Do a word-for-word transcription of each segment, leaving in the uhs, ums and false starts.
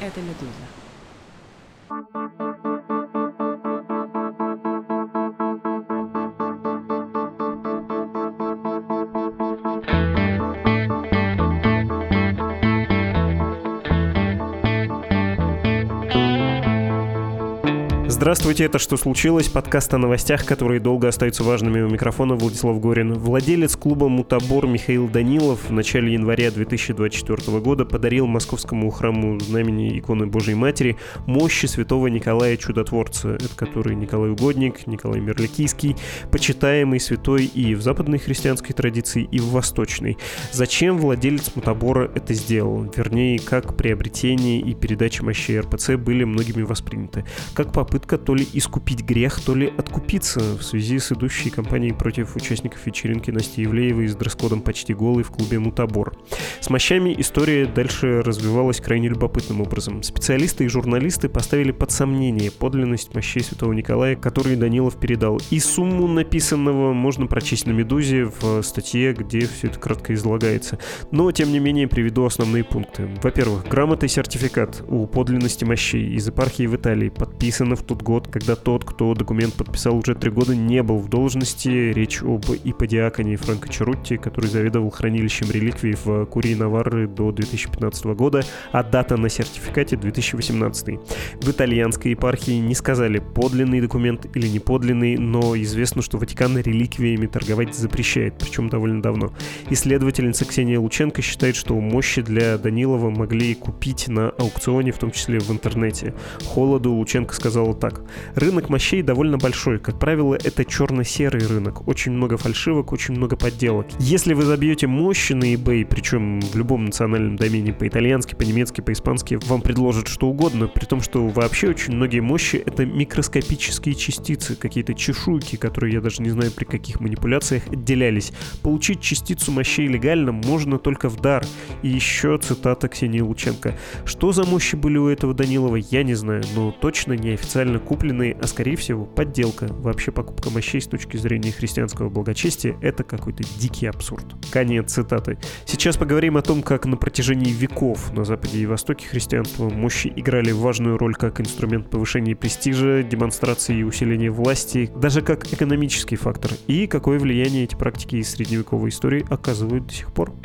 Это «Медуза». Здравствуйте, это «Что случилось?» Подкаст о новостях, которые долго остаются важными. У микрофона Владислав Горин. Владелец клуба «Мутабор» Михаил Данилов в начале января две тысячи двадцать четвёртого года подарил Московскому храму Знамени иконы Божией Матери мощи святого Николая Чудотворца, это который Николай Угодник, Николай Мирликийский, почитаемый святой и в западной христианской традиции, и в восточной. Зачем владелец «Мутабора» это сделал? Вернее, как приобретение и передача мощей эр пэ цэ были многими восприняты. Как попытка то ли искупить грех, то ли откупиться в связи с идущей кампанией против участников вечеринки Насти Ивлеевой с дресс-кодом «Почти голый» в клубе «Мутабор». С мощами история дальше развивалась крайне любопытным образом. Специалисты и журналисты поставили под сомнение подлинность мощей святого Николая, которые Данилов передал. И сумму написанного можно прочесть на «Медузе» в статье, где все это кратко излагается. Но, тем не менее, приведу основные пункты. Во-первых, грамота и сертификат о подлинности мощей из епархии в Италии подписаны в тот год, когда тот, кто документ подписал уже три года, не был в должности. Речь об иподиаконе Франко Черутти, который заведовал хранилищем реликвий в Курии Наварры до две тысячи пятнадцатого года, а дата на сертификате две тысячи восемнадцатый. В итальянской епархии не сказали, подлинный документ или не подлинный, но известно, что Ватикан реликвиями торговать запрещает, причем довольно давно. Исследовательница Ксения Лученко считает, что мощи для Данилова могли купить на аукционе, в том числе в интернете. Холоду Лученко сказала так. Рынок мощей довольно большой. Как правило, это черно-серый рынок. Очень много фальшивок, очень много подделок. Если вы забьете мощи на eBay, причем в любом национальном домене, по-итальянски, по-немецки, по-испански, вам предложат что угодно, при том, что вообще очень многие мощи — это микроскопические частицы, какие-то чешуйки, которые я даже не знаю, при каких манипуляциях отделялись. Получить частицу мощей легально можно только в дар. И еще цитата Ксении Лученко. Что за мощи были у этого Данилова, я не знаю, но точно неофициально купленные, а скорее всего подделка. Вообще покупка мощей с точки зрения христианского благочестия — это какой-то дикий абсурд. Конец цитаты. Сейчас поговорим о том, как на протяжении веков на Западе и Востоке христианства мощи играли важную роль как инструмент повышения престижа, демонстрации и усиления власти, даже как экономический фактор, и какое влияние эти практики из средневековой истории оказывают до сих пор.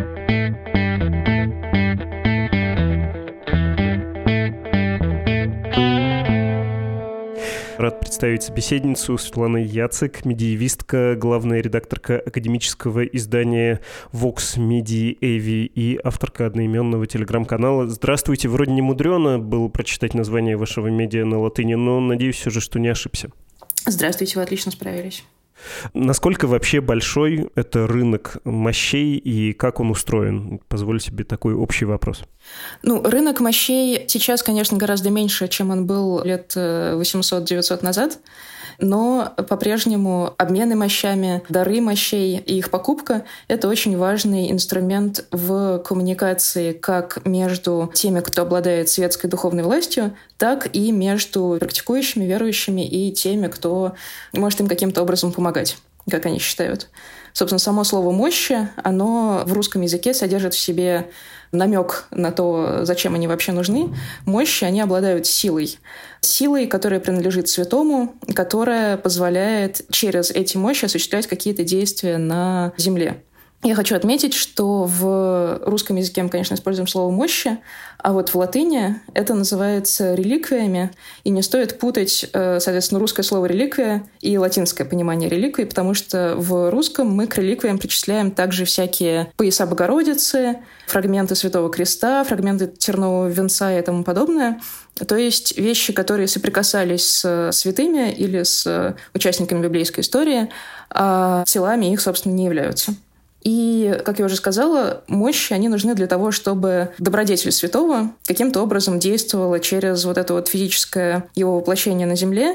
Рад представить собеседницу Светлана Яцек, медиевистка, главная редакторка академического издания Vox Medievi и авторка одноименного телеграм-канала. Здравствуйте, вроде не мудрено было прочитать название вашего медиа на латыни, но надеюсь все же, что не ошибся. Здравствуйте, вы отлично справились. Насколько вообще большой это рынок мощей и как он устроен? Позволю себе такой общий вопрос. Ну, рынок мощей сейчас, конечно, гораздо меньше, чем он был лет восемьсот-девятьсот назад, но по-прежнему обмены мощами, дары мощей и их покупка — это очень важный инструмент в коммуникации как между теми, кто обладает светской духовной властью, так и между практикующими, верующими и теми, кто может им каким-то образом помогать, как они считают. Собственно, само слово «мощи», оно в русском языке содержит в себе намек на то, зачем они вообще нужны. Мощи, они обладают силой. Силой, которая принадлежит святому, которая позволяет через эти мощи осуществлять какие-то действия на земле. Я хочу отметить, что в русском языке мы, конечно, используем слово «мощи», а вот в латыни это называется реликвиями, и не стоит путать, соответственно, русское слово «реликвия» и латинское понимание реликвий, потому что в русском мы к реликвиям причисляем также всякие пояса Богородицы, фрагменты Святого Креста, фрагменты тернового венца и тому подобное. То есть вещи, которые соприкасались с святыми или с участниками библейской истории, а телами их, собственно, не являются. И, как я уже сказала, мощи, они нужны для того, чтобы добродетель святого каким-то образом действовала через вот это вот физическое его воплощение на земле.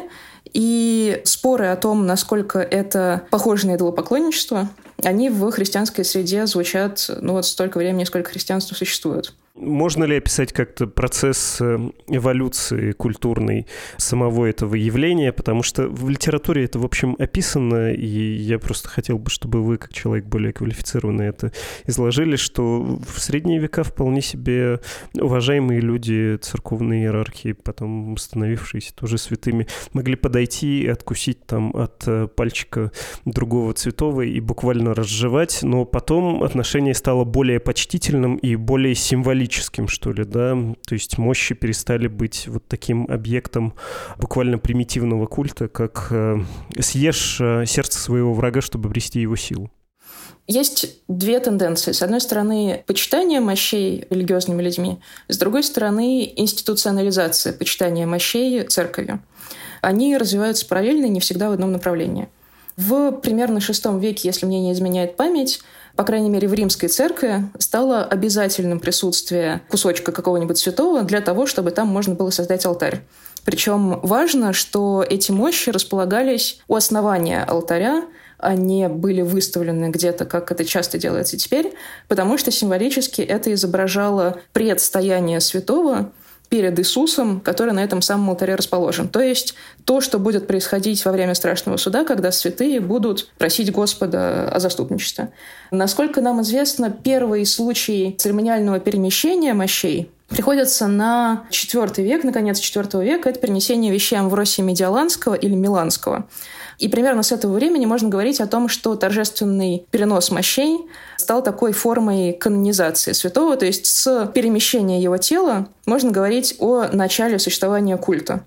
И споры о том, насколько это похоже на идолопоклонничество, они в христианской среде звучат ну вот столько времени, сколько христианство существует. Можно ли описать как-то процесс эволюции культурной самого этого явления? Потому что в литературе это, в общем, описано, и я просто хотел бы, чтобы вы, как человек более квалифицированный, это изложили, что в средние века вполне себе уважаемые люди, церковные иерархи, потом становившиеся тоже святыми, могли подойти и откусить там от пальчика другого святого и буквально разжевать, но потом отношение стало более почтительным и более символичным, что ли, да, то есть мощи перестали быть вот таким объектом буквально примитивного культа, как э, съешь э, сердце своего врага, чтобы обрести его силу. Есть две тенденции. С одной стороны, почитание мощей религиозными людьми, с другой стороны, институционализация почитания мощей церковью. Они развиваются параллельно и не всегда в одном направлении. В примерно шестом веке, если мне не изменяет память, по крайней мере, в римской церкви стало обязательным присутствие кусочка какого-нибудь святого для того, чтобы там можно было создать алтарь. Причем важно, что эти мощи располагались у основания алтаря, а не были выставлены где-то, как это часто делается теперь, потому что символически это изображало предстояние святого перед Иисусом, который на этом самом алтаре расположен. То есть то, что будет происходить во время страшного суда, когда святые будут просить Господа о заступничестве. Насколько нам известно, первый случай церемониального перемещения мощей приходится на четвёртый век, на конец четвёртого века. Это перенесение вещей Амвросия Медиаланского или Миланского. И примерно с этого времени можно говорить о том, что торжественный перенос мощей стал такой формой канонизации святого, то есть с перемещения его тела можно говорить о начале существования культа.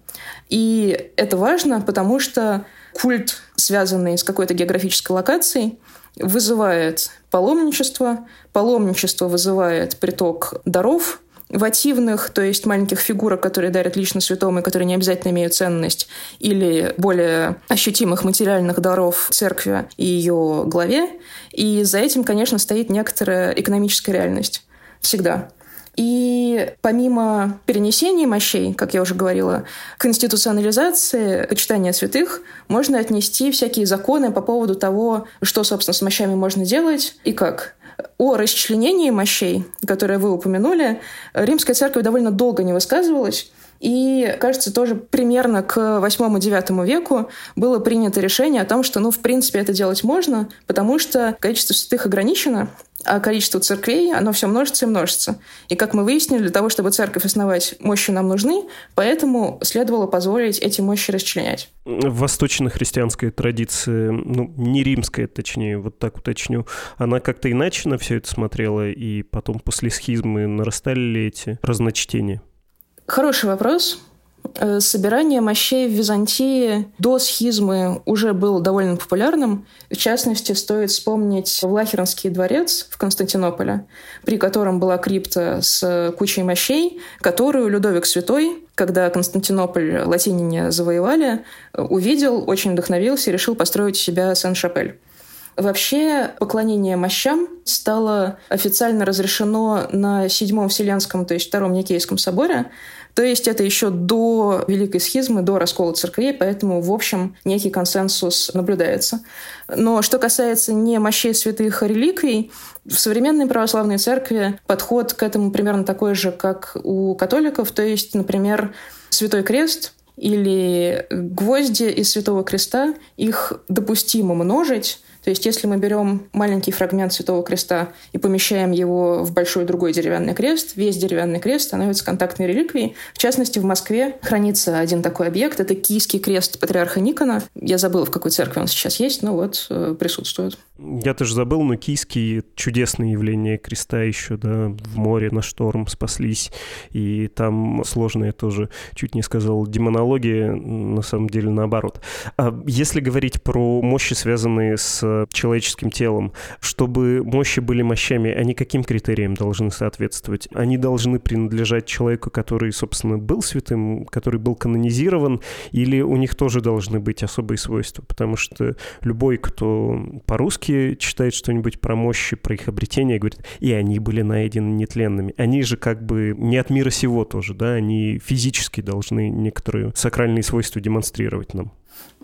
И это важно, потому что культ, связанный с какой-то географической локацией, вызывает паломничество, паломничество вызывает приток даров, вотивных, то есть маленьких фигурок, которые дарят лично святому и которые не обязательно имеют ценность, или более ощутимых материальных даров церкви и ее главе. И за этим, конечно, стоит некоторая экономическая реальность. Всегда. И помимо перенесения мощей, как я уже говорила, к институционализации почитания святых можно отнести всякие законы по поводу того, что, собственно, с мощами можно делать и как. О расчленении мощей, которое вы упомянули, Римская церковь довольно долго не высказывалась. И, кажется, тоже примерно к восьмому-девятому веку было принято решение о том, что, ну, в принципе, это делать можно, потому что количество святых ограничено, а количество церквей, оно все множится и множится. И, как мы выяснили, для того, чтобы церковь основать, мощи нам нужны, поэтому следовало позволить эти мощи расчленять. В восточно-христианской традиции, ну, не римская, точнее, вот так уточню, она как-то иначе на все это смотрела, и потом после схизмы нарастали ли эти разночтения? Хороший вопрос. Собирание мощей в Византии до схизмы уже было довольно популярным. В частности, стоит вспомнить Влахернский дворец в Константинополе, при котором была крипта с кучей мощей, которую Людовик Святой, когда Константинополь латиняне завоевали, увидел, очень вдохновился и решил построить у себя Сен-Шапель. Вообще, поклонение мощам стало официально разрешено на Седьмом Вселенском, то есть Втором Никейском соборе. То есть это еще до Великой схизмы, до раскола церквей, поэтому, в общем, некий консенсус наблюдается. Но что касается не мощей святых, а реликвий, в современной православной церкви подход к этому примерно такой же, как у католиков. То есть, например, Святой Крест или гвозди из Святого Креста, их допустимо множить. То есть если мы берем маленький фрагмент Святого Креста и помещаем его в большой другой деревянный крест, весь деревянный крест становится контактной реликвией. В частности, в Москве хранится один такой объект. Это киевский крест патриарха Никона. Я забыла, в какой церкви он сейчас есть, но вот присутствует. Я тоже забыл, но киевский — чудесное явление креста еще, да, в море на шторм спаслись. И там сложная тоже, чуть не сказал, демонология, на самом деле наоборот. А если говорить про мощи, связанные с человеческим телом, чтобы мощи были мощами, они каким критериям должны соответствовать? Они должны принадлежать человеку, который, собственно, был святым, который был канонизирован, или у них тоже должны быть особые свойства? Потому что любой, кто по-русски читает что-нибудь про мощи, про их обретение, говорит, и они были найдены нетленными. Они же как бы не от мира сего тоже, да, они физически должны некоторые сакральные свойства демонстрировать нам.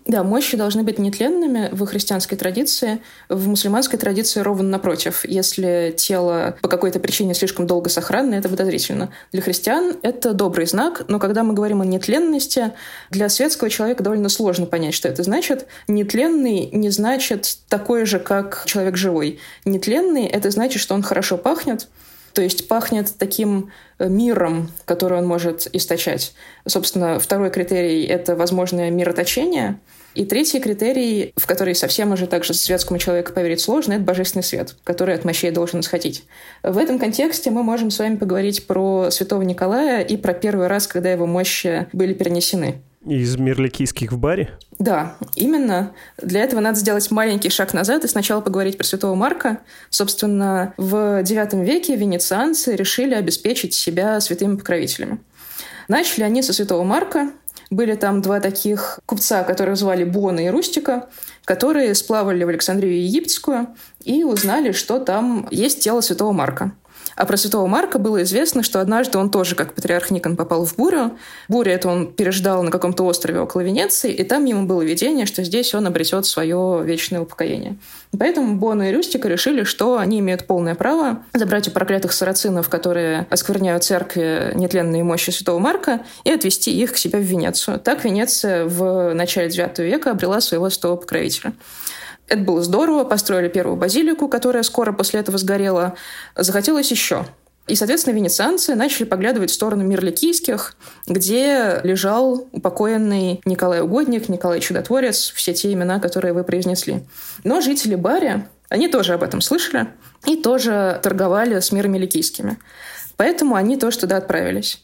Да, мощи должны быть нетленными в христианской традиции. В мусульманской традиции ровно напротив. Если тело по какой-то причине слишком долго сохранно, это подозрительно. Для христиан это добрый знак, но когда мы говорим о нетленности, для светского человека довольно сложно понять, что это значит. Нетленный не значит такой же, как человек живой. Нетленный — это значит, что он хорошо пахнет, то есть пахнет таким миром, который он может источать. Собственно, второй критерий — это возможное мироточение. И третий критерий, в который совсем уже также светскому человеку поверить сложно, это божественный свет, который от мощей должен исходить. В этом контексте мы можем с вами поговорить про святого Николая и про первый раз, когда его мощи были перенесены. Из Мирликийских в Бари? Да, именно. Для этого надо сделать маленький шаг назад и сначала поговорить про святого Марка. Собственно, в девятом веке венецианцы решили обеспечить себя святыми покровителями. Начали они со святого Марка. Были там два таких купца, которых звали Бона и Рустика, которые сплавали в Александрию Египетскую и узнали, что там есть тело святого Марка. А про святого Марка было известно, что однажды он тоже, как патриарх Никон, попал в бурю. Бурю это он переждал на каком-то острове около Венеции, и там ему было видение, что здесь он обретет свое вечное упокоение. Поэтому Бона и Рюстика решили, что они имеют полное право забрать у проклятых сарацинов, которые оскверняют церкви, нетленные мощи святого Марка, и отвезти их к себе в Венецию. Так Венеция в начале девятого века обрела своего святого покровителя. Это было здорово, построили первую базилику, которая скоро после этого сгорела. Захотелось еще. И, соответственно, венецианцы начали поглядывать в сторону Мирликийских, где лежал упокоенный Николай Угодник, Николай Чудотворец, все те имена, которые вы произнесли. Но жители Бари, они тоже об этом слышали и тоже торговали с Миромиликийскими. Поэтому они тоже туда отправились.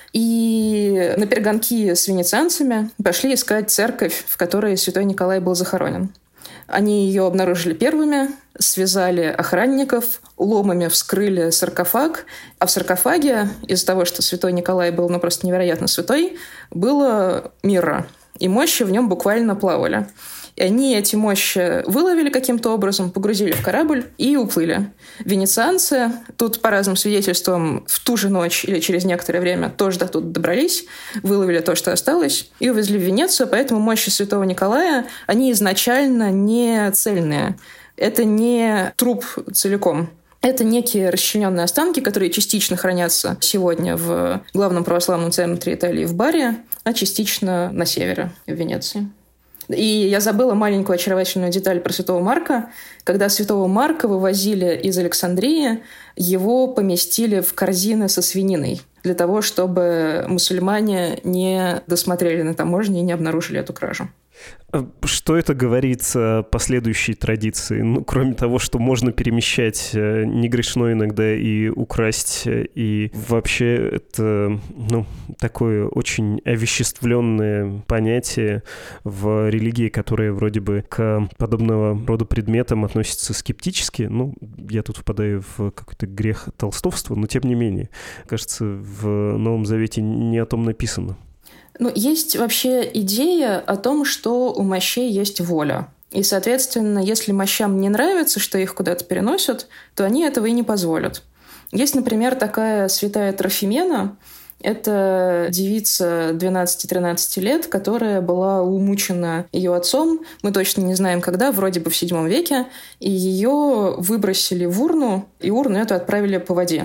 И на перегонки с венецианцами пошли искать церковь, в которой святой Николай был захоронен. Они ее обнаружили первыми, связали охранников, ломами вскрыли саркофаг, а в саркофаге, из-за того, что святой Николай был ну, просто невероятно святой, было мирра, и мощи в нем буквально плавали. И они эти мощи выловили каким-то образом, погрузили в корабль и уплыли. Венецианцы, тут по разным свидетельствам, в ту же ночь или через некоторое время тоже до тут добрались, выловили то, что осталось, и увезли в Венецию, поэтому мощи святого Николая, они изначально не цельные. Это не труп целиком. Это некие расчлененные останки, которые частично хранятся сегодня в главном православном центре Италии в Бари, а частично на севере, в Венеции. И я забыла маленькую очаровательную деталь про святого Марка. Когда святого Марка вывозили из Александрии, его поместили в корзины со свининой для того, чтобы мусульмане не досмотрели на таможне и не обнаружили эту кражу. Что это говорит о последующей традиции? Ну, кроме того, что можно перемещать не грешно иногда и украсть, и вообще это, ну, такое очень овеществленное понятие в религии, которая вроде бы к подобного рода предметам относится скептически. Ну, я тут впадаю в какой-то грех толстовства, но тем не менее, кажется, в Новом Завете не о том написано. Ну, есть вообще идея о том, что у мощей есть воля. И, соответственно, если мощам не нравится, что их куда-то переносят, то они этого и не позволят. Есть, например, такая святая Трофимена. Это девица двенадцати-тринадцати лет, которая была умучена ее отцом. Мы точно не знаем, когда, вроде бы в седьмом веке. И ее выбросили в урну, и урну эту отправили по воде.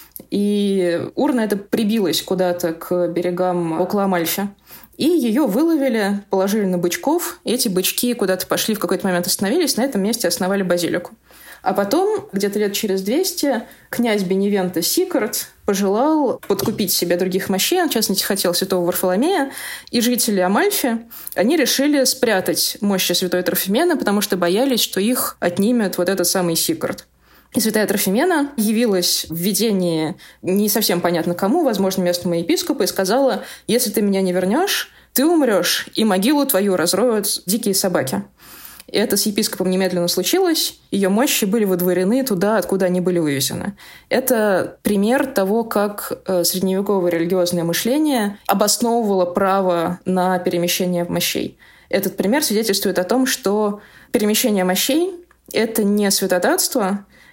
И урна эта прибилась куда-то к берегам около Амальфи. И ее выловили, положили на бычков. И эти бычки куда-то пошли, в какой-то момент остановились, на этом месте основали базилику. А потом, где-то лет через двести, князь Беневенто Сикард пожелал подкупить себе других мощей, он, в частности, хотел святого Варфоломея, и жители Амальфи, они решили спрятать мощи святой Трофимены, потому что боялись, что их отнимет вот этот самый Сикард. И святая Трофимена явилась в видении не совсем понятно кому, возможно, местному епископу, и сказала: «Если ты меня не вернешь, ты умрешь, и могилу твою разроют дикие собаки». И это с епископом немедленно случилось. Ее мощи были выдворены туда, откуда они были вывезены. Это пример того, как средневековое религиозное мышление обосновывало право на перемещение мощей. Этот пример свидетельствует о том, что перемещение мощей — это не святотатство,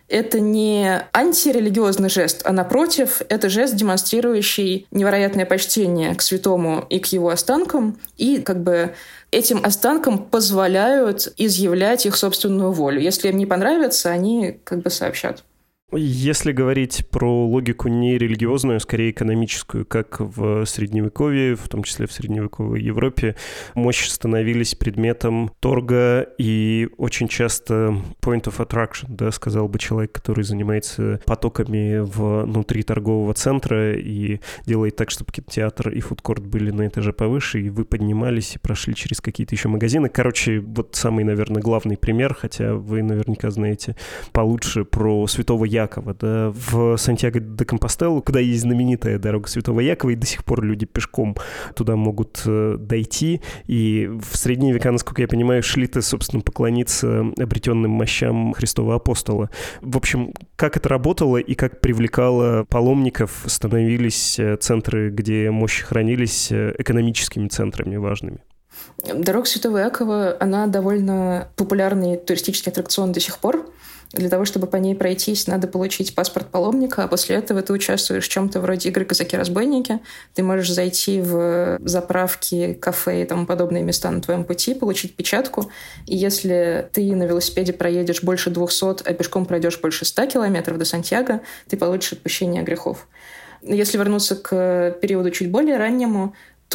это не антирелигиозный жест, а напротив, это жест, демонстрирующий невероятное почтение к святому и к его останкам, и как бы этим останкам позволяют изъявлять их собственную волю. Если им не понравится, они как бы сообщат. Если говорить про логику не религиозную, скорее экономическую, как в Средневековье, в том числе в средневековой Европе, мощи становились предметом торга и очень часто point of attraction, да, сказал бы человек, который занимается потоками внутри торгового центра и делает так, чтобы кинотеатр и фудкорт были на этаже повыше, и вы поднимались и прошли через какие-то еще магазины. Короче, вот самый, наверное, главный пример, хотя вы наверняка знаете получше про святого Якова. Якова, да, в Сантьяго-де-Компостеллу, куда есть знаменитая дорога Святого Якова, и до сих пор люди пешком туда могут э, дойти. И в средние века, насколько я понимаю, шли-то, собственно, поклониться обретенным мощам Христова апостола. В общем, как это работало и как привлекало паломников, становились центры, где мощи хранились, экономическими центрами важными? Дорога Святого Якова, она довольно популярный туристический аттракцион до сих пор. Для того, чтобы по ней пройтись, надо получить паспорт паломника, а после этого ты участвуешь в чем-то вроде игры «Казаки-разбойники». Ты можешь зайти в заправки, кафе и тому подобные места на твоем пути, получить печатку. И если ты на велосипеде проедешь больше двухсот, а пешком пройдешь больше ста километров до Сантьяго, ты получишь отпущение грехов. Если вернуться к периоду чуть более раннему,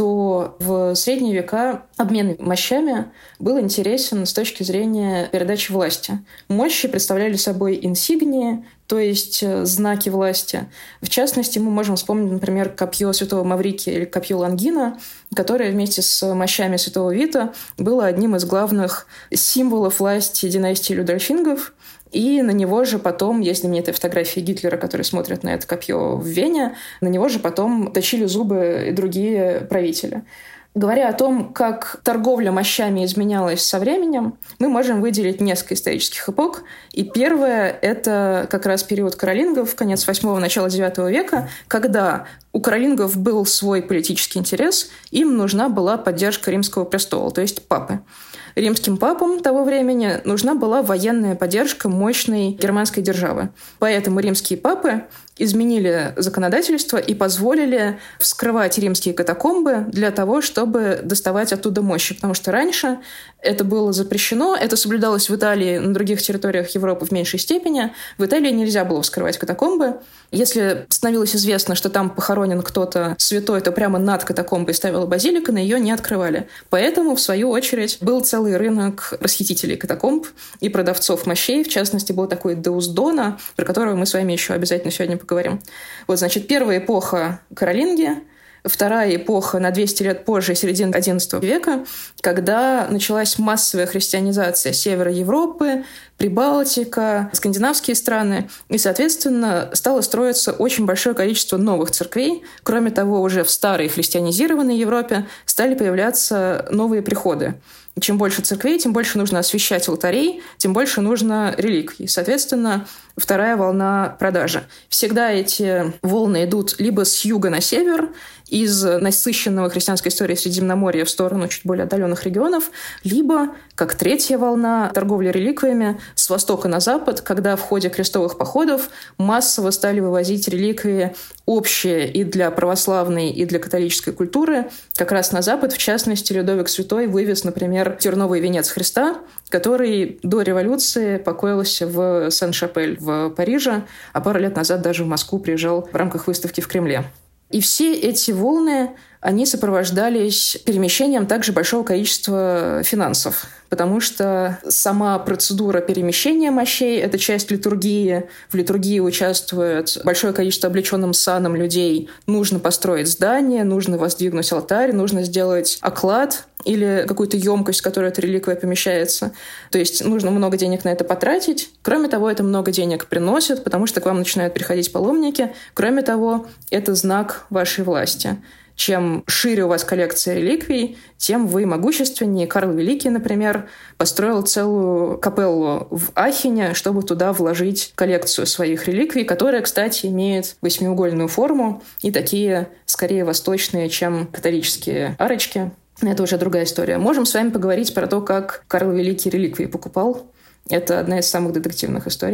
то в средние века обмен мощами был интересен с точки зрения передачи власти. Мощи представляли собой инсигнии, то есть знаки власти. В частности, мы можем вспомнить, например, копье святого Маврикия или копье Лонгина, которое вместе с мощами святого Вита было одним из главных символов власти династии Людольфингов. И на него же потом, есть знаменитая фотография Гитлера, который смотрит на это копье в Вене, на него же потом точили зубы и другие правители. Говоря о том, как торговля мощами изменялась со временем, мы можем выделить несколько исторических эпох. И первое — это как раз период каролингов, конец восьмого, начало девятого века, когда у каролингов был свой политический интерес, им нужна была поддержка римского престола, то есть папы. Римским папам того времени нужна была военная поддержка мощной германской державы. Поэтому римские папы изменили законодательство и позволили вскрывать римские катакомбы для того, чтобы доставать оттуда мощи. Потому что раньше это было запрещено, это соблюдалось в Италии, на других территориях Европы в меньшей степени. В Италии нельзя было вскрывать катакомбы. Если становилось известно, что там похоронен кто-то святой, то прямо над катакомбой ставила базилика, на ее не открывали. Поэтому, в свою очередь, был целый рынок расхитителей катакомб и продавцов мощей. В частности, был такой Деус Дона, про которого мы с вами еще обязательно сегодня поговорим. Вот, значит, первая эпоха — каролинги, вторая эпоха на двести лет позже, середина одиннадцатого века, когда началась массовая христианизация севера Европы, Прибалтика, скандинавские страны, и, соответственно, стало строиться очень большое количество новых церквей. Кроме того, уже в старой христианизированной Европе стали появляться новые приходы. Чем больше церквей, тем больше нужно освящать алтарей, тем больше нужно реликвий. Соответственно, вторая волна продажи. Всегда эти волны идут либо с юга на север, из насыщенного христианской историей Средиземноморья в сторону чуть более отдаленных регионов, либо, как третья волна торговли реликвиями, с востока на запад, когда в ходе крестовых походов массово стали вывозить реликвии общие и для православной, и для католической культуры. Как раз на запад, в частности, Людовик Святой вывез, например, терновый венец Христа, который до революции покоился в Сен-Шапель в Париже, а пару лет назад даже в Москву приезжал в рамках выставки в Кремле. И все эти волны, они сопровождались перемещением также большого количества финансов, потому что сама процедура перемещения мощей — это часть литургии. В литургии участвует большое количество облеченным саном людей. Нужно построить здание, нужно воздвигнуть алтарь, нужно сделать оклад или какую-то емкость, в которую эта реликвия помещается. То есть нужно много денег на это потратить. Кроме того, это много денег приносит, потому что к вам начинают приходить паломники. Кроме того, это знак вашей власти. Чем шире у вас коллекция реликвий, тем вы могущественнее. Карл Великий, например, построил целую капеллу в Ахене, чтобы туда вложить коллекцию своих реликвий, которая, кстати, имеет восьмиугольную форму и такие, скорее, восточные, чем католические арочки. Это уже другая история. Можем с вами поговорить про то, как Карл Великий реликвии покупал. Это одна из самых детективных историй.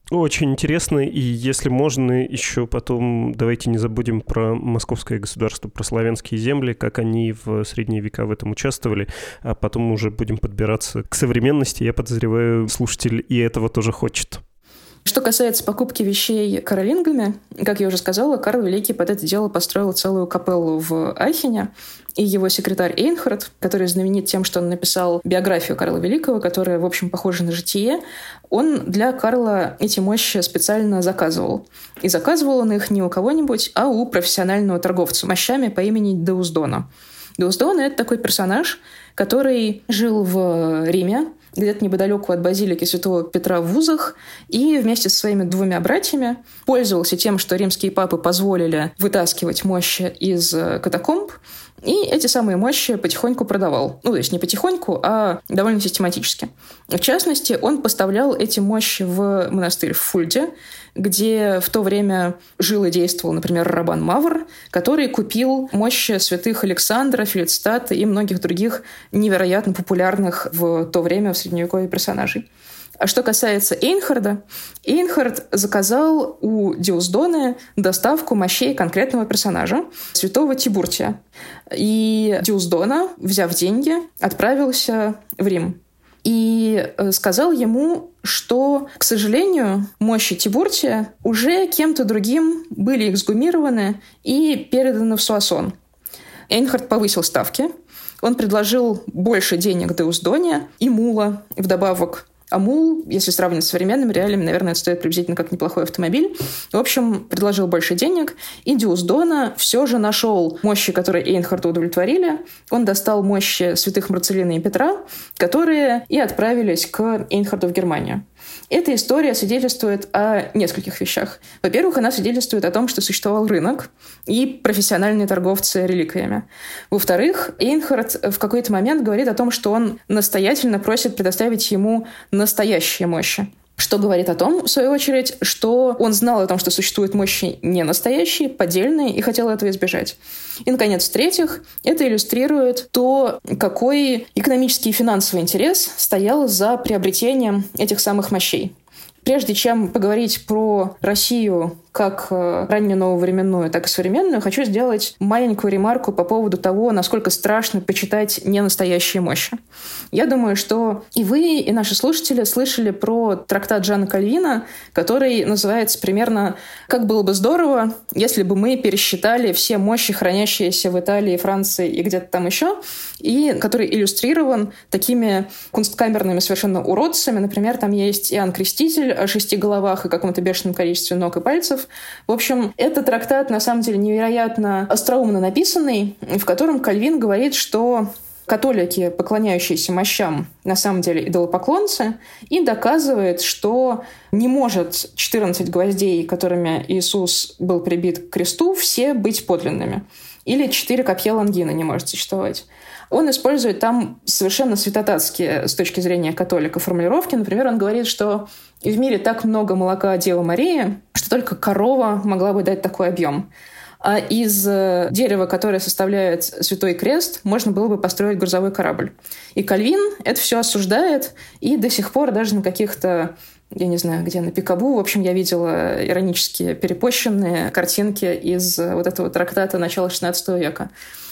Очень интересно, и если можно, еще потом давайте не забудем про Московское государство, про славянские земли, как они в средние века в этом участвовали, а потом уже будем подбираться к современности. Я подозреваю, слушатель и этого тоже хочет. Что касается покупки вещей каролингами, как я уже сказала, Карл Великий под это дело построил целую капеллу в Айхене, и его секретарь Эйнхард, который знаменит тем, что он написал биографию Карла Великого, которая, в общем, похожа на житие, он для Карла эти мощи специально заказывал. И заказывал он их не у кого-нибудь, а у профессионального торговца мощами по имени Деусдона. Деусдона — это такой персонаж, который жил в Риме, где-то неподалеку от базилики Святого Петра в Узах, и вместе со своими двумя братьями пользовался тем, что римские папы позволили вытаскивать мощи из катакомб, и эти самые мощи потихоньку продавал. Ну, то есть не потихоньку, а довольно систематически. В частности, он поставлял эти мощи в монастырь в Фульде, где в то время жил и действовал, например, Рабан Мавр, который купил мощи святых Александра, Фелицитата и многих других невероятно популярных в то время в Средневековье персонажей. А что касается Эйнхарда, Эйнхард заказал у Деусдоны доставку мощей конкретного персонажа, святого Тибуртия. И Деусдона, взяв деньги, отправился в Рим. И сказал ему, что, к сожалению, мощи Тибуртия уже кем-то другим были эксгумированы и переданы в Суассон. Эйнхард повысил ставки. Он предложил больше денег Деусдоне и мула вдобавок. А мул, если сравнивать с современными реалиями, наверное, это стоит приблизительно как неплохой автомобиль. В общем, предложил больше денег, и Деусдона все же нашел мощи, которые Эйнхарда удовлетворили. Он достал мощи святых Марцелина и Петра, которые и отправились к Эйнхарду в Германию. Эта история свидетельствует о нескольких вещах. Во-первых, она свидетельствует о том, что существовал рынок и профессиональные торговцы реликвиями. Во-вторых, Эйнхард в какой-то момент говорит о том, что он настоятельно просит предоставить ему настоящие мощи. Что говорит о том, в свою очередь, что он знал о том, что существуют мощи не настоящие, поддельные, и хотел этого избежать. И, наконец, в-третьих, это иллюстрирует то, какой экономический и финансовый интерес стоял за приобретением этих самых мощей. Прежде чем поговорить про Россию как раннюю нововременную, так и современную, хочу сделать маленькую ремарку по поводу того, насколько страшно почитать ненастоящие мощи. Я думаю, что и вы, и наши слушатели слышали про трактат Жана Кальвина, который называется примерно «Как было бы здорово, если бы мы пересчитали все мощи, хранящиеся в Италии, Франции и где-то там еще», и который иллюстрирован такими кунсткамерными совершенно уродцами. Например, там есть Иоанн Креститель о шести головах и каком-то бешеном количестве ног и пальцев. В общем, этот трактат, на самом деле, невероятно остроумно написанный, в котором Кальвин говорит, что католики, поклоняющиеся мощам, на самом деле идолопоклонцы, и доказывает, что не может четырнадцать гвоздей, которыми Иисус был прибит к кресту, все быть подлинными. Или четыре копья Лонгина не может существовать. Он использует там совершенно святотатские с точки зрения католика формулировки. Например, он говорит, что в мире так много молока Девы Марии, что только корова могла бы дать такой объем. А из дерева, которое составляет Святой Крест, можно было бы построить грузовой корабль. И Кальвин это все осуждает, и до сих пор даже на каких-то, я не знаю, где, на Пикабу, в общем, я видела иронически перепощенные картинки из вот этого трактата начала шестнадцатого века.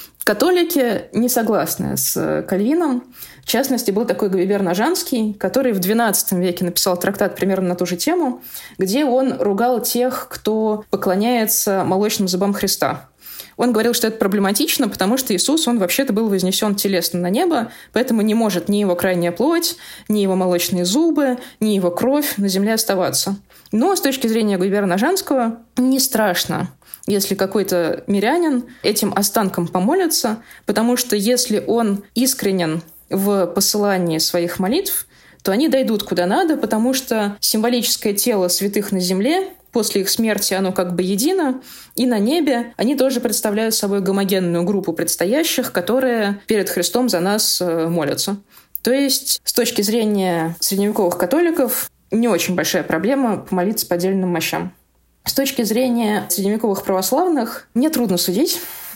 Католики не согласны с Кальвином. В частности, был такой Гуибер Нажанский, который в двенадцатом веке написал трактат примерно на ту же тему, где он ругал тех, кто поклоняется молочным зубам Христа. Он говорил, что это проблематично, потому что Иисус, он вообще-то был вознесен телесно на небо, поэтому не может ни его крайняя плоть, ни его молочные зубы, ни его кровь на земле оставаться. Но с точки зрения Гуибера Нажанского не страшно, если какой-то мирянин этим останкам помолится, потому что если он искренен в посылании своих молитв, то они дойдут куда надо, потому что символическое тело святых на земле, после их смерти оно как бы едино, и на небе они тоже представляют собой гомогенную группу предстоящих, которые перед Христом за нас молятся. То есть, с точки зрения средневековых католиков, не очень большая проблема помолиться поддельным мощам. С точки зрения средневековых православных мне трудно судить,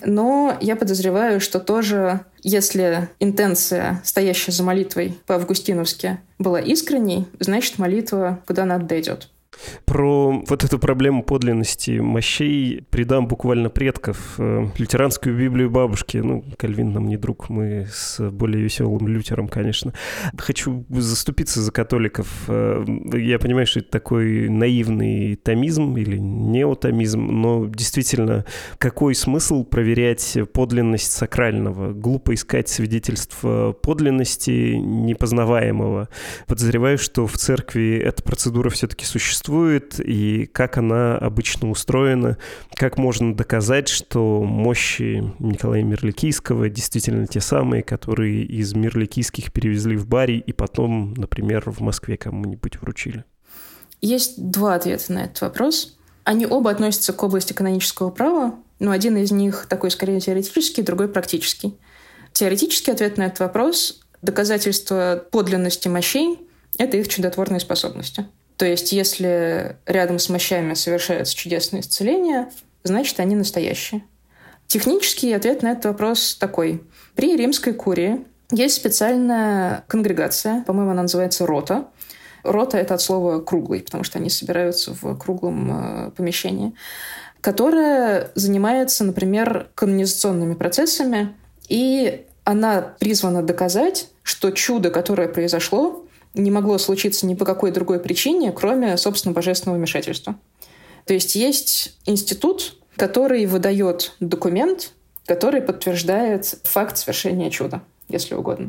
но я подозреваю, что тоже, если интенция, стоящая за молитвой по-августиновски, была искренней, значит, молитва куда надо дойдет. Про вот эту проблему подлинности мощей придам буквально предков. Лютеранскую Библию бабушки. Ну, Кальвин нам не друг, мы с более веселым Лютером, конечно. Хочу заступиться за католиков. Я понимаю, что это такой наивный томизм или неотомизм, но действительно, какой смысл проверять подлинность сакрального? Глупо искать свидетельства подлинности непознаваемого. Подозреваю, что в церкви эта процедура все-таки существует, и как она обычно устроена, как можно доказать, что мощи Николая Мирликийского действительно те самые, которые из Мирликийских перевезли в Барий и потом, например, в Москве кому-нибудь вручили? Есть два ответа на этот вопрос. Они оба относятся к области канонического права, но один из них такой скорее теоретический, другой практический. Теоретический ответ на этот вопрос – доказательство подлинности мощей – это их чудотворные способности. То есть, если рядом с мощами совершается чудесное исцеление, значит, они настоящие. Технический ответ на этот вопрос такой. При римской курии есть специальная конгрегация, по-моему, она называется рота. Рота — это от слова «круглый», потому что они собираются в круглом помещении, которая занимается, например, канонизационными процессами, и она призвана доказать, что чудо, которое произошло, не могло случиться ни по какой другой причине, кроме, собственно, божественного вмешательства. То есть есть институт, который выдает документ, который подтверждает факт совершения чуда, если угодно.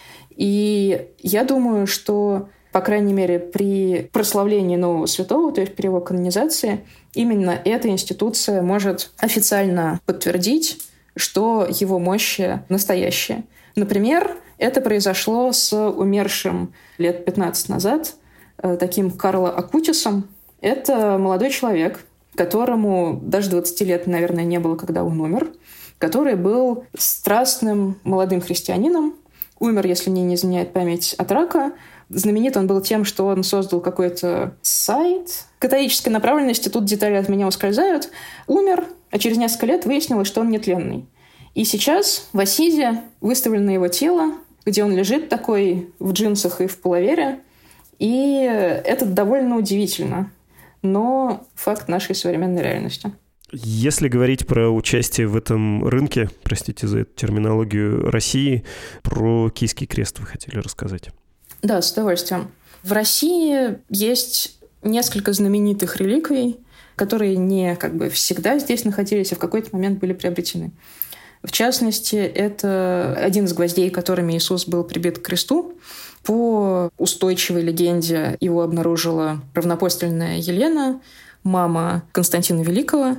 И я думаю, что, по крайней мере, при прославлении нового святого, то есть при его канонизации, именно эта институция может официально подтвердить, что его мощи настоящие. Например, это произошло с умершим лет пятнадцать назад таким Карло Акутисом. Это молодой человек, которому даже двадцати лет, наверное, не было, когда он умер, который был страстным молодым христианином, умер, если мне не изменяет память, от рака. Знаменит он был тем, что он создал какой-то сайт католической направленности, тут детали от меня ускользают, умер, а через несколько лет выяснилось, что он нетленный. И сейчас в Ассизе выставлено его тело, где он лежит такой в джинсах и в пуловере. И это довольно удивительно, но факт нашей современной реальности. Если говорить про участие в этом рынке, простите за эту терминологию, России, про Киевский крест вы хотели рассказать? Да, с удовольствием. В России есть несколько знаменитых реликвий, которые не как бы всегда здесь находились, а в какой-то момент были приобретены. В частности, это один из гвоздей, которыми Иисус был прибит к кресту. По устойчивой легенде его обнаружила равнопостельная Елена, мама Константина Великого.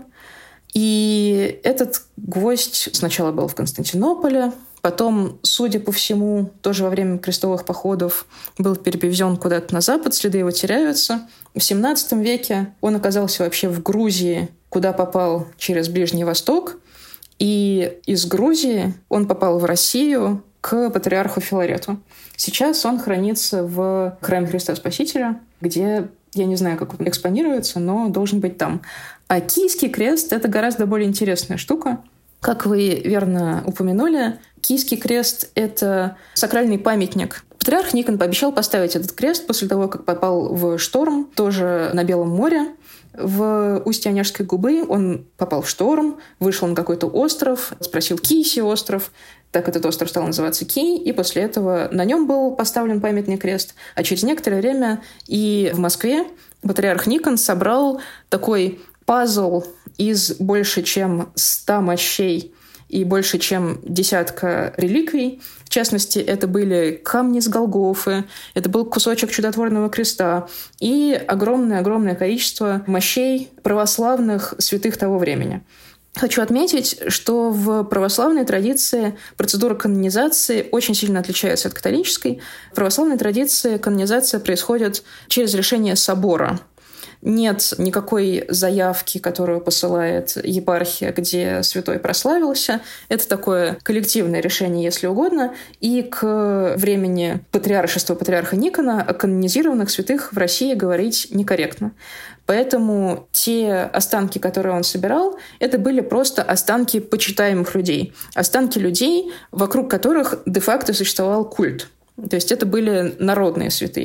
И этот гвоздь сначала был в Константинополе, потом, судя по всему, тоже во время крестовых походов был перевезен куда-то на запад, следы его теряются. В семнадцатом веке он оказался вообще в Грузии, куда попал через Ближний Восток. И из Грузии он попал в Россию к патриарху Филарету. Сейчас он хранится в храме Христа Спасителя, где, я не знаю, как он экспонируется, но должен быть там. А Киевский крест — это гораздо более интересная штука. Как вы верно упомянули, Киевский крест — это сакральный памятник. Патриарх Никон пообещал поставить этот крест после того, как попал в шторм, тоже на Белом море. В устье Онежской губы он попал в шторм, вышел на какой-то остров, спросил Кий сей остров, так этот остров стал называться Кий, и после этого на нем был поставлен памятный крест. А через некоторое время и в Москве патриарх Никон собрал такой пазл из больше чем ста мощей и больше чем десятка реликвий. В частности, это были камни с Голгофы, это был кусочек чудотворного креста и огромное-огромное количество мощей православных святых того времени. Хочу отметить, что в православной традиции процедура канонизации очень сильно отличается от католической. В православной традиции канонизация происходит через решение собора. Нет никакой заявки, которую посылает епархия, где святой прославился. Это такое коллективное решение, если угодно. И к времени патриаршества патриарха Никона о канонизированных святых в России говорить некорректно. Поэтому те останки, которые он собирал, это были просто останки почитаемых людей. Останки людей, вокруг которых де-факто существовал культ. То есть это были народные святые.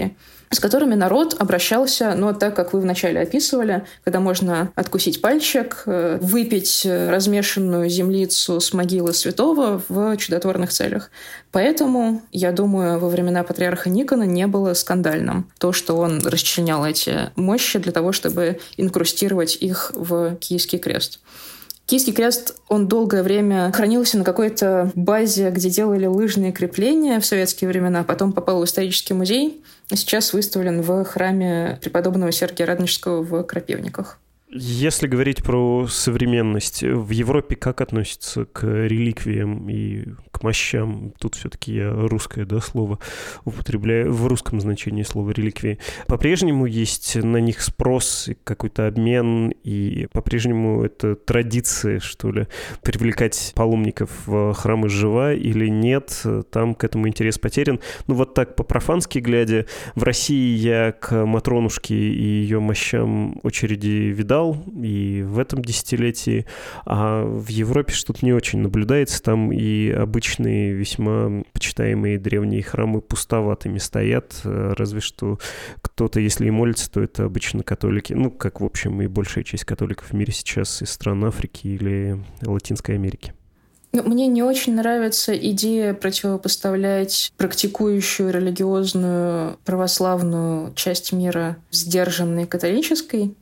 с которыми народ обращался, ну, так, как вы вначале описывали, когда можно откусить пальчик, выпить размешанную землицу с могилы святого в чудотворных целях. Поэтому, я думаю, во времена патриарха Никона не было скандальным то, что он расчленял эти мощи для того, чтобы инкрустировать их в Киевский крест. Киевский крест, он долгое время хранился на какой-то базе, где делали лыжные крепления в советские времена, потом попал в исторический музей, а сейчас выставлен в храме преподобного Сергия Радонежского в Крапивниках. Если говорить про современность, в Европе как относятся к реликвиям и к мощам? Тут все-таки я русское, да, слово употребляю, в русском значении слова реликвии. По-прежнему есть на них спрос, какой-то обмен, и по-прежнему это традиция, что ли, привлекать паломников в храмы жива или нет, там к этому интерес потерян. Ну вот так по-профански глядя, в России я к Матронушке и ее мощам очереди видал, и в этом десятилетии, а в Европе что-то не очень наблюдается. Там и обычные весьма почитаемые древние храмы пустоватыми стоят, разве что кто-то, если и молится, то это обычно католики, ну, как, в общем, и большая часть католиков в мире сейчас из стран Африки или Латинской Америки. Ну, мне не очень нравится идея противопоставлять практикующую религиозную православную часть мира сдержанной католической.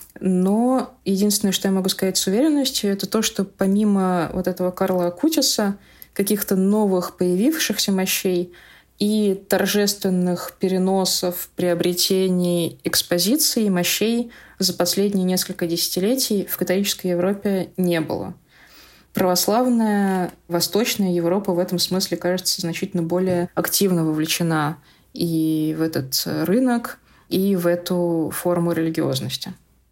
Но единственное, что я могу сказать с уверенностью, это то, что помимо вот этого Карла Акутиса, каких-то новых появившихся мощей и торжественных переносов, приобретений, экспозиций мощей за последние несколько десятилетий в католической Европе не было. Православная Восточная Европа в этом смысле, кажется, значительно более активно вовлечена и в этот рынок, и в эту форму религиозности.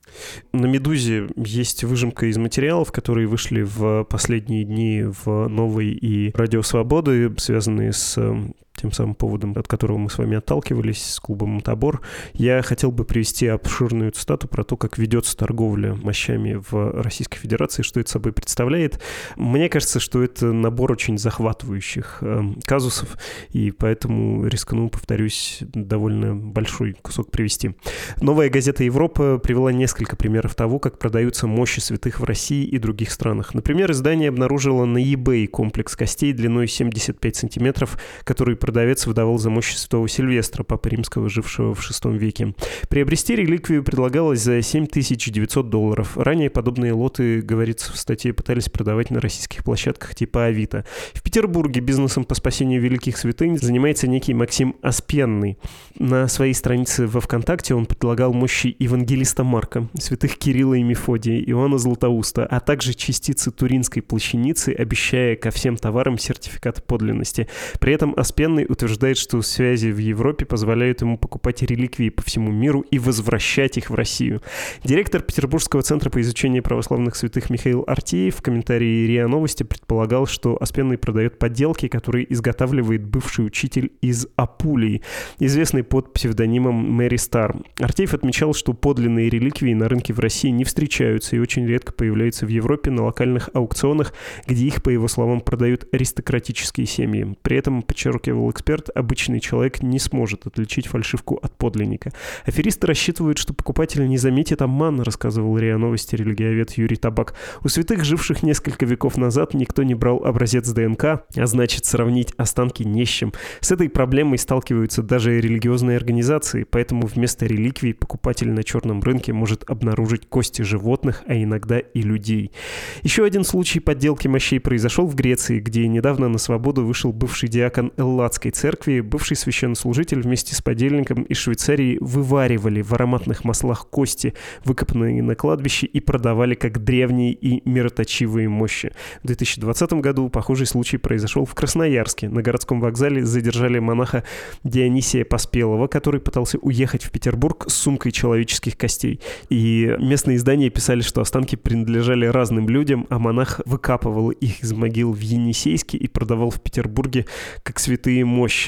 На «Медузе» есть выжимка из материалов, которые вышли в последние дни в «Новой» и «Радио Свободы», связанные с тем самым поводом, от которого мы с вами отталкивались, с клубом «Мутабор». Я хотел бы привести обширную цитату про то, как ведется торговля мощами в Российской Федерации, что это собой представляет. Мне кажется, что это набор очень захватывающих э, казусов, и поэтому рискну, повторюсь, довольно большой кусок привести. «Новая газета Европа» привела несколько примеров того, как продаются мощи святых в России и других странах. Например, издание обнаружило на eBay комплекс костей длиной семьдесят пять сантиметров, который продавец выдавал за мощи святого Сильвестра, папы римского, жившего в шестом веке. Приобрести реликвию предлагалось за семь тысяч девятьсот долларов. Ранее подобные лоты, говорится в статье, пытались продавать на российских площадках типа Авито. В Петербурге бизнесом по спасению великих святынь занимается некий Максим Аспенный. На своей странице во ВКонтакте он предлагал мощи евангелиста Марка, святых Кирилла и Мефодия, Иоанна Златоуста, а также частицы Туринской плащаницы, обещая ко всем товарам сертификат подлинности. При этом Аспенный утверждает, что связи в Европе позволяют ему покупать реликвии по всему миру и возвращать их в Россию. Директор Петербургского центра по изучению православных святых Михаил Артеев в комментарии РИА Новости предполагал, что Аспенный продает подделки, которые изготавливает бывший учитель из Апулии, известный под псевдонимом Мэри Стар. Артеев отмечал, что подлинные реликвии на рынке в России не встречаются и очень редко появляются в Европе на локальных аукционах, где их, по его словам, продают аристократические семьи. При этом, подчеркивал эксперт, обычный человек не сможет отличить фальшивку от подлинника. Аферисты рассчитывают, что покупатель не заметит обман, рассказывал РИА Новости религиовед Юрий Табак. У святых, живших несколько веков назад, никто не брал образец ДНК, а значит, сравнить останки не с чем. С этой проблемой сталкиваются даже религиозные организации, поэтому вместо реликвий покупатель на черном рынке может обнаружить кости животных, а иногда и людей. Еще один случай подделки мощей произошел в Греции, где недавно на свободу вышел бывший диакон Элладской церкви. Бывший священнослужитель вместе с подельником из Швейцарии вываривали в ароматных маслах кости, выкопанные на кладбище, и продавали как древние и мироточивые мощи. В две тысячи двадцатом году похожий случай произошел в Красноярске. На городском вокзале задержали монаха Дионисия Поспелого, который пытался уехать в Петербург с сумкой человеческих костей. И местные издания писали, что останки принадлежали разным людям, а монах выкапывал их из могил в Енисейске и продавал в Петербурге как святые мощи.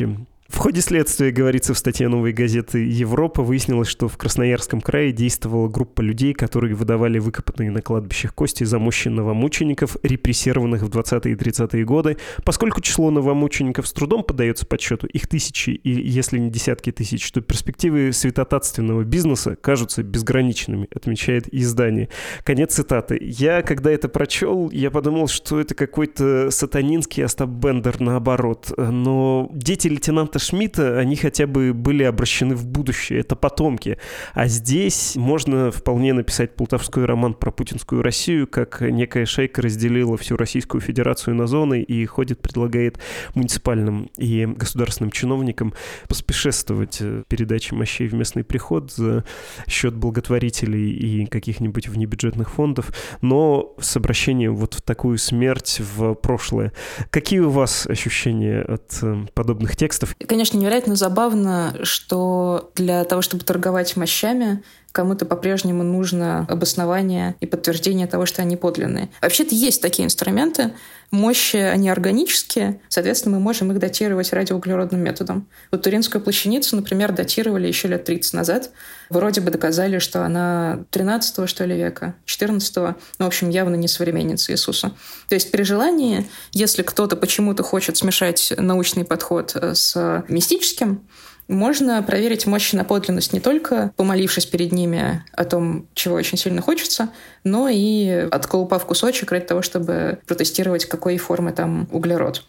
В ходе следствия, говорится в статье «Новой газеты Европа», выяснилось, что в Красноярском крае действовала группа людей, которые выдавали выкопанные на кладбищах кости замощи новомучеников, репрессированных в двадцатые и тридцатые годы. Поскольку число новомучеников с трудом поддается подсчету, их тысячи и, если не десятки тысяч, то перспективы святотатственного бизнеса кажутся безграничными, отмечает издание. Конец цитаты. Я, когда это прочел, я подумал, что это какой-то сатанинский Остап Бендер наоборот. Но дети лейтенанта Шмидта, они хотя бы были обращены в будущее, это потомки. А здесь можно вполне написать плутовской роман про путинскую Россию, как некая шейка разделила всю Российскую Федерацию на зоны и ходит, предлагает муниципальным и государственным чиновникам поспешествовать передаче мощей в местный приход за счет благотворителей и каких-нибудь внебюджетных фондов, но с обращением вот в такую смерть в прошлое. Какие у вас ощущения от подобных текстов? Конечно, невероятно забавно, что для того, чтобы торговать мощами, кому-то по-прежнему нужно обоснование и подтверждение того, что они подлинные. Вообще-то есть такие инструменты. Мощи, они органические, соответственно, мы можем их датировать радиоуглеродным методом. Вот Туринскую плащаницу, например, датировали еще лет тридцать назад. Вроде бы доказали, что она тринадцатого, что ли, века, четырнадцатого, ну, в общем, явно не современница Иисуса. То есть при желании, если кто-то почему-то хочет смешать научный подход с мистическим, можно проверить мощи на подлинность не только помолившись перед ними о том, чего очень сильно хочется, но и отколупав кусочек ради того, чтобы протестировать, какой формы там углерод.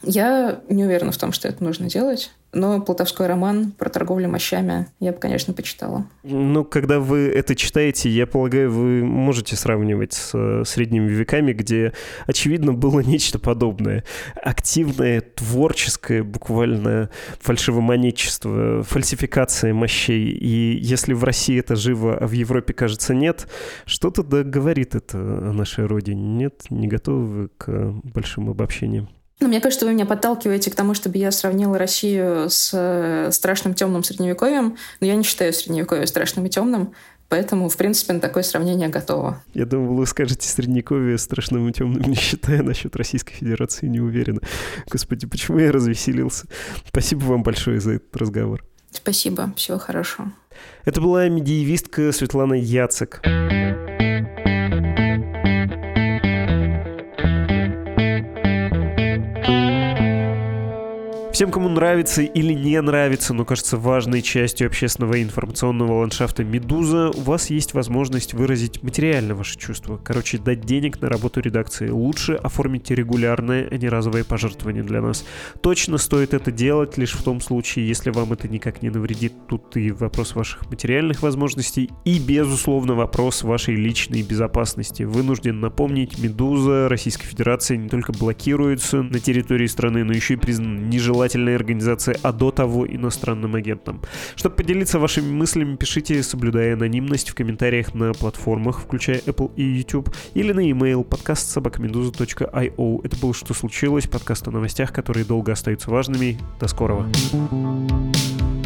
Я не уверена в том, что это нужно делать, но плутовской роман про торговлю мощами я бы, конечно, почитала. Ну, когда вы это читаете, я полагаю, вы можете сравнивать с средними веками, где, очевидно, было нечто подобное. Активное, творческое, буквально фальшивомонетчество, фальсификация мощей. И если в России это живо, а в Европе, кажется, нет, что-то да говорит это о нашей родине. Нет, не готовы к большим обобщениям. Ну, мне кажется, вы меня подталкиваете к тому, чтобы я сравнила Россию с страшным темным средневековьем, но я не считаю средневековье страшным и темным, поэтому, в принципе, на такое сравнение готово. Я думал, вы скажете средневековье страшным и темным, не считая, насчет Российской Федерации не уверена. Господи, почему я развеселился? Спасибо вам большое за этот разговор. Спасибо, всего хорошего. Это была медиевистка Светлана Яцек. Всем, кому нравится или не нравится, но кажется важной частью общественного и информационного ландшафта «Медуза», у вас есть возможность выразить материально ваши чувства. Короче, дать денег на работу редакции. Лучше оформить регулярное, а не разовое пожертвование для нас. Точно стоит это делать лишь в том случае, если вам это никак не навредит. Тут и вопрос ваших материальных возможностей, и, безусловно, вопрос вашей личной безопасности. Вынужден напомнить, «Медуза» Российской Федерации не только блокируется на территории страны, но еще и признана нежелательной организации, а до того иностранным агентом. Чтобы поделиться вашими мыслями, пишите, соблюдая анонимность, в комментариях на платформах, включая Apple и YouTube, или на e-mail подкаст собака медуза точка ай о. Это было «Что случилось?» Подкаст о новостях, которые долго остаются важными. До скорого.